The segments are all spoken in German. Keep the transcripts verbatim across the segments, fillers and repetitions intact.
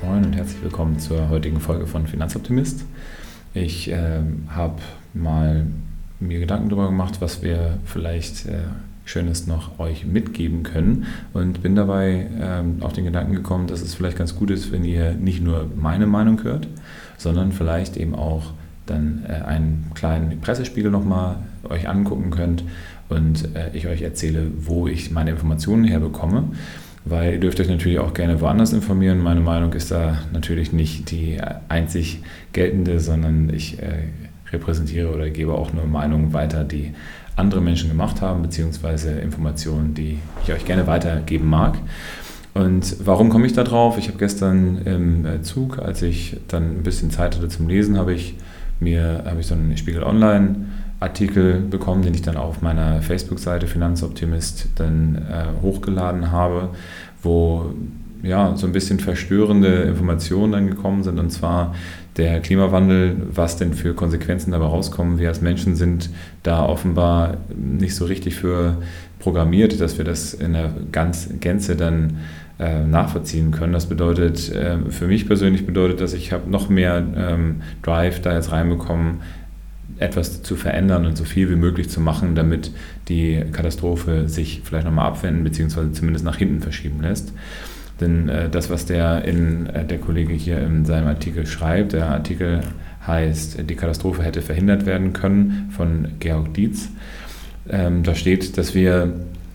Moin und herzlich willkommen zur heutigen Folge von Finanzoptimist. Ich äh, habe mal mir Gedanken darüber gemacht, was wir vielleicht äh, Schönes noch euch mitgeben können und bin dabei äh, auf den Gedanken gekommen, dass es vielleicht ganz gut ist, wenn ihr nicht nur meine Meinung hört, sondern vielleicht eben auch dann äh, einen kleinen Pressespiegel nochmal euch angucken könnt und äh, ich euch erzähle, wo ich meine Informationen herbekomme. Weil ihr dürft euch natürlich auch gerne woanders informieren. Meine Meinung ist da natürlich nicht die einzig geltende, sondern ich äh, repräsentiere oder gebe auch nur Meinungen weiter, die andere Menschen gemacht haben, beziehungsweise Informationen, die ich euch gerne weitergeben mag. Und warum komme ich da drauf? Ich habe gestern im Zug, als ich dann ein bisschen Zeit hatte zum Lesen, habe ich mir habe ich so einen Spiegel Online Artikel bekommen, den ich dann auf meiner Facebook-Seite Finanzoptimist dann äh, hochgeladen habe, wo ja so ein bisschen verstörende Informationen dann gekommen sind, und zwar der Klimawandel, was denn für Konsequenzen dabei rauskommen. Wir als Menschen sind da offenbar nicht so richtig für programmiert, dass wir das in der ganz Gänze dann äh, nachvollziehen können. Das bedeutet, äh, für mich persönlich bedeutet das, ich habe noch mehr ähm, Drive da jetzt reinbekommen, etwas zu verändern und so viel wie möglich zu machen, damit die Katastrophe sich vielleicht nochmal abwenden bzw. zumindest nach hinten verschieben lässt. Denn äh, das, was der, in, äh, der Kollege hier in seinem Artikel schreibt, der Artikel heißt, die Katastrophe hätte verhindert werden können, von Georg Dietz. Ähm, da steht, dass wir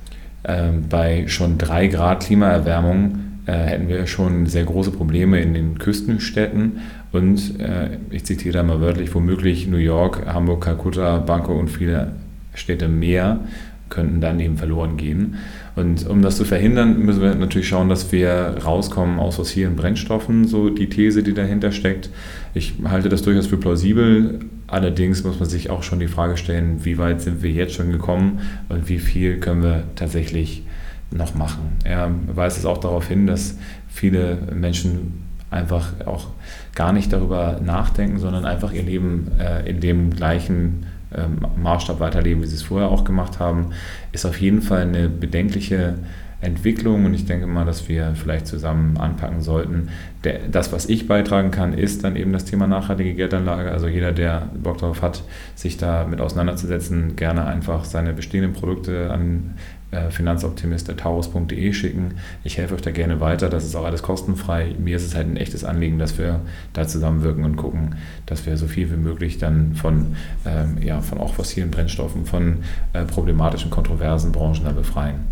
ähm, bei schon drei Grad Klimaerwärmung äh, hätten wir schon sehr große Probleme in den Küstenstädten. Und äh, ich zitiere da mal wörtlich, womöglich New York, Hamburg, Kalkutta, Bangkok und viele Städte mehr könnten dann eben verloren gehen. Und um das zu verhindern, müssen wir natürlich schauen, dass wir rauskommen aus fossilen Brennstoffen, so die These, die dahinter steckt. Ich halte das durchaus für plausibel. Allerdings muss man sich auch schon die Frage stellen, wie weit sind wir jetzt schon gekommen und wie viel können wir tatsächlich noch machen. Er weist es auch darauf hin, dass viele Menschen einfach auch gar nicht darüber nachdenken, sondern einfach ihr Leben äh, in dem gleichen ähm, Maßstab weiterleben, wie sie es vorher auch gemacht haben, ist auf jeden Fall eine bedenkliche Entwicklung, und ich denke mal, dass wir vielleicht zusammen anpacken sollten. Der, das, was ich beitragen kann, ist dann eben das Thema nachhaltige Geldanlage. Also jeder, der Bock darauf hat, sich damit auseinanderzusetzen, gerne einfach seine bestehenden Produkte an finanzoptimist at taurus punkt de schicken. Ich helfe euch da gerne weiter, das ist auch alles kostenfrei. Mir ist es halt ein echtes Anliegen, dass wir da zusammenwirken und gucken, dass wir so viel wie möglich dann von, ähm, ja, von auch fossilen Brennstoffen, von äh, problematischen, kontroversen Branchen da befreien.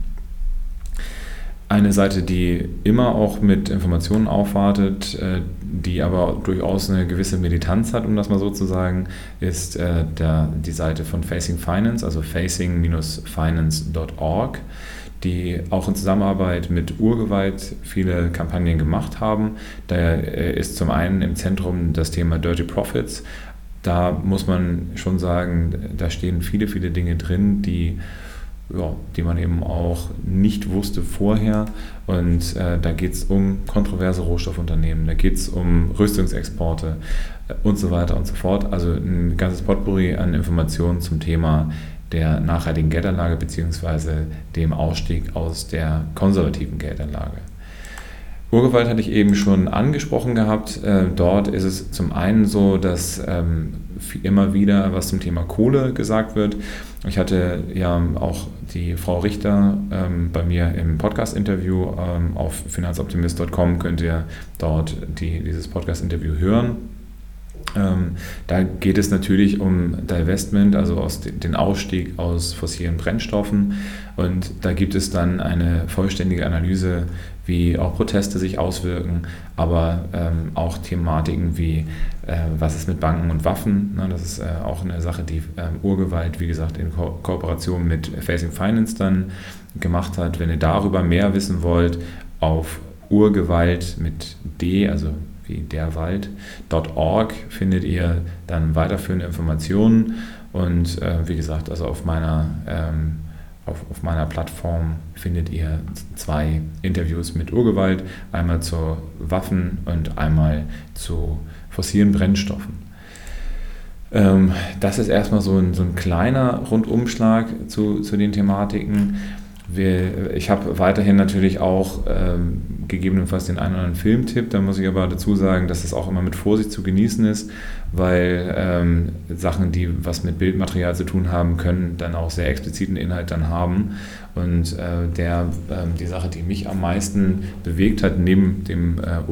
Eine Seite, die immer auch mit Informationen aufwartet, äh, die aber durchaus eine gewisse Militanz hat, um das mal so zu sagen, ist äh, der, die Seite von Facing Finance, also facing dash finance dot org, die auch in Zusammenarbeit mit Urgewalt viele Kampagnen gemacht haben. Da äh, ist zum einen im Zentrum das Thema Dirty Profits. Da muss man schon sagen, da stehen viele, viele Dinge drin, die Ja, die man eben auch nicht wusste vorher. Und äh, da geht es um kontroverse Rohstoffunternehmen, da geht es um Rüstungsexporte äh, und so weiter und so fort. Also ein ganzes Potpourri an Informationen zum Thema der nachhaltigen Geldanlage bzw. dem Ausstieg aus der konservativen Geldanlage. Urgewalt hatte ich eben schon angesprochen gehabt. Äh, dort ist es zum einen so, dass ähm, immer wieder was zum Thema Kohle gesagt wird. Ich hatte ja auch die Frau Richter ähm, bei mir im Podcast-Interview ähm, auf finanzoptimist punkt com, könnt ihr dort die, dieses Podcast-Interview hören. Ähm, da geht es natürlich um Divestment, also aus de, den Ausstieg aus fossilen Brennstoffen, und da gibt es dann eine vollständige Analyse, wie auch Proteste sich auswirken, aber ähm, auch Thematiken wie, äh, was ist mit Banken und Waffen, ne? Das ist äh, auch eine Sache, die äh, Urgewalt, wie gesagt, in Ko- Kooperation mit Facing Finance dann gemacht hat. Wenn ihr darüber mehr wissen wollt, auf Urgewalt mit D, also wie derwald punkt org, findet ihr dann weiterführende Informationen, und äh, wie gesagt, also auf meiner ähm, Auf, auf meiner Plattform findet ihr zwei Interviews mit Urgewalt, einmal zu Waffen und einmal zu fossilen Brennstoffen. Ähm, das ist erstmal so ein, so ein kleiner Rundumschlag zu, zu den Thematiken. Wir, ich habe weiterhin natürlich auch ähm, gegebenenfalls den einen oder anderen Filmtipp, da muss ich aber dazu sagen, dass es auch immer mit Vorsicht zu genießen ist, weil ähm, Sachen, die was mit Bildmaterial zu tun haben, können dann auch sehr expliziten Inhalt dann haben. Und äh, der, äh, die Sache, die mich am meisten bewegt hat, neben dem äh,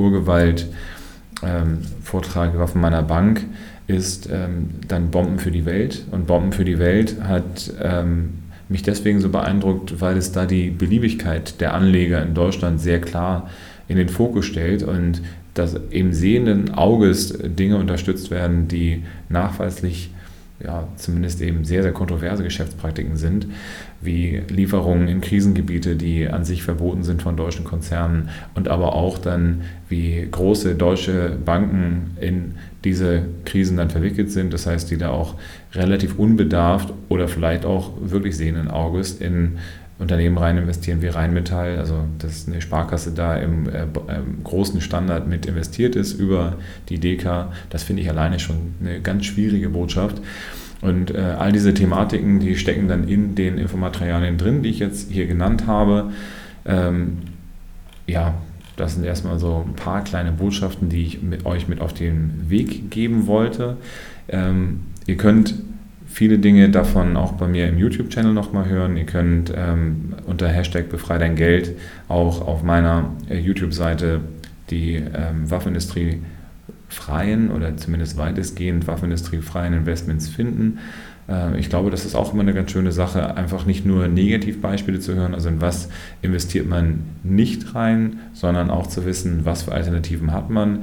Urgewalt-Vortrag ähm, Waffen meiner Bank, ist ähm, dann Bomben für die Welt. Und Bomben für die Welt hat ähm, mich deswegen so beeindruckt, weil es da die Beliebigkeit der Anleger in Deutschland sehr klar in den Fokus stellt und dass im sehenden Auges Dinge unterstützt werden, die nachweislich ja, zumindest eben sehr, sehr kontroverse Geschäftspraktiken sind, wie Lieferungen in Krisengebiete, die an sich verboten sind von deutschen Konzernen und aber auch dann, wie große deutsche Banken in diese Krisen dann verwickelt sind. Das heißt, die da auch relativ unbedarft oder vielleicht auch wirklich sehenden Auges in Unternehmen rein investieren wie Rheinmetall, also dass eine Sparkasse da im, äh, im großen Standard mit investiert ist über die D K, das finde ich alleine schon eine ganz schwierige Botschaft. Und äh, all diese Thematiken, die stecken dann in den Infomaterialien drin, die ich jetzt hier genannt habe. Ähm, ja, das sind erstmal so ein paar kleine Botschaften, die ich mit euch mit auf den Weg geben wollte. Ähm, ihr könnt viele Dinge davon auch bei mir im YouTube-Channel nochmal hören. Ihr könnt ähm, unter Hashtag Befrei dein Geld auch auf meiner äh, YouTube-Seite die ähm, Waffenindustrie freien oder zumindest weitestgehend waffenindustriefreien Investments finden. Äh, ich glaube, das ist auch immer eine ganz schöne Sache, einfach nicht nur Negativbeispiele zu hören, also in was investiert man nicht rein, sondern auch zu wissen, was für Alternativen hat man.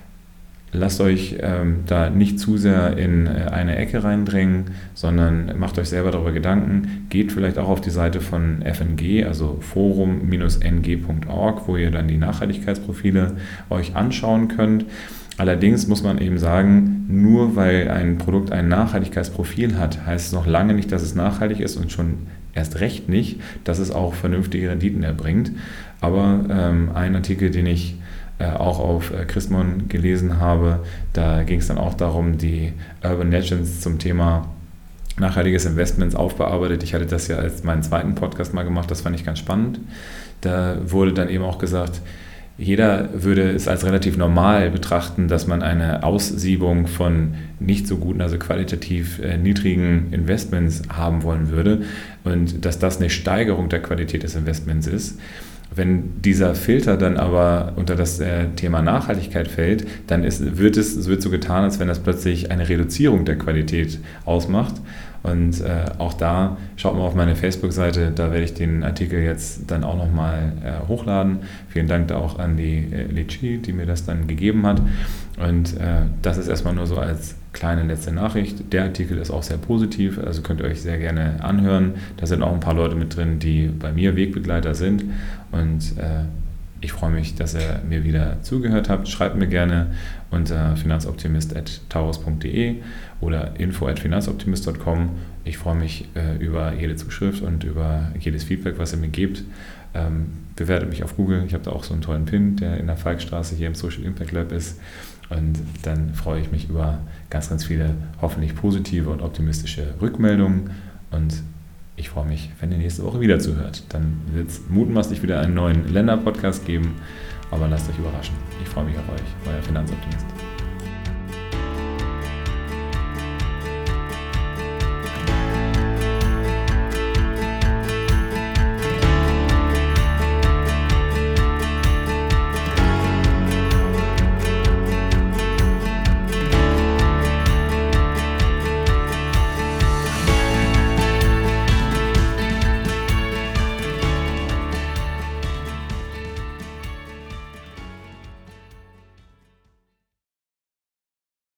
Lasst euch ähm, da nicht zu sehr in äh, eine Ecke reindrängen, sondern macht euch selber darüber Gedanken. Geht vielleicht auch auf die Seite von F N G, also forum Bindestrich n g Punkt org, wo ihr dann die Nachhaltigkeitsprofile euch anschauen könnt. Allerdings muss man eben sagen, nur weil ein Produkt ein Nachhaltigkeitsprofil hat, heißt es noch lange nicht, dass es nachhaltig ist und schon erst recht nicht, dass es auch vernünftige Renditen erbringt. Aber ähm, ein Artikel, den ich auch auf Chrismon gelesen habe, da ging es dann auch darum, die Urban Legends zum Thema nachhaltiges Investments aufbearbeitet. Ich hatte das ja als meinen zweiten Podcast mal gemacht, das fand ich ganz spannend. Da wurde dann eben auch gesagt, jeder würde es als relativ normal betrachten, dass man eine Aussiebung von nicht so guten, also qualitativ äh, niedrigen Investments haben wollen würde und dass das eine Steigerung der Qualität des Investments ist. Wenn dieser Filter dann aber unter das äh, Thema Nachhaltigkeit fällt, dann ist, wird es, es wird so getan, als wenn das plötzlich eine Reduzierung der Qualität ausmacht. Und äh, auch da, schaut mal auf meine Facebook-Seite, da werde ich den Artikel jetzt dann auch nochmal äh, hochladen. Vielen Dank da auch an die äh, Lichi, die mir das dann gegeben hat. Und äh, das ist erstmal nur so als kleine letzte Nachricht. Der Artikel ist auch sehr positiv, also könnt ihr euch sehr gerne anhören. Da sind auch ein paar Leute mit drin, die bei mir Wegbegleiter sind. Und äh, ich freue mich, dass ihr mir wieder zugehört habt. Schreibt mir gerne unter finanzoptimist at taurus punkt de oder info at finanzoptimist punkt com. Ich freue mich äh, über jede Zuschrift und über jedes Feedback, was ihr mir gebt. Ähm, bewertet mich auf Google. Ich habe da auch so einen tollen Pin, der in der Falkstraße hier im Social Impact Lab ist. Und dann freue ich mich über ganz, ganz viele hoffentlich positive und optimistische Rückmeldungen. Und ich freue mich, wenn ihr nächste Woche wieder zuhört. Dann wird es mutmaßlich wieder einen neuen Länder-Podcast geben. Aber lasst euch überraschen. Ich freue mich auf euch, euer Finanzoptimist.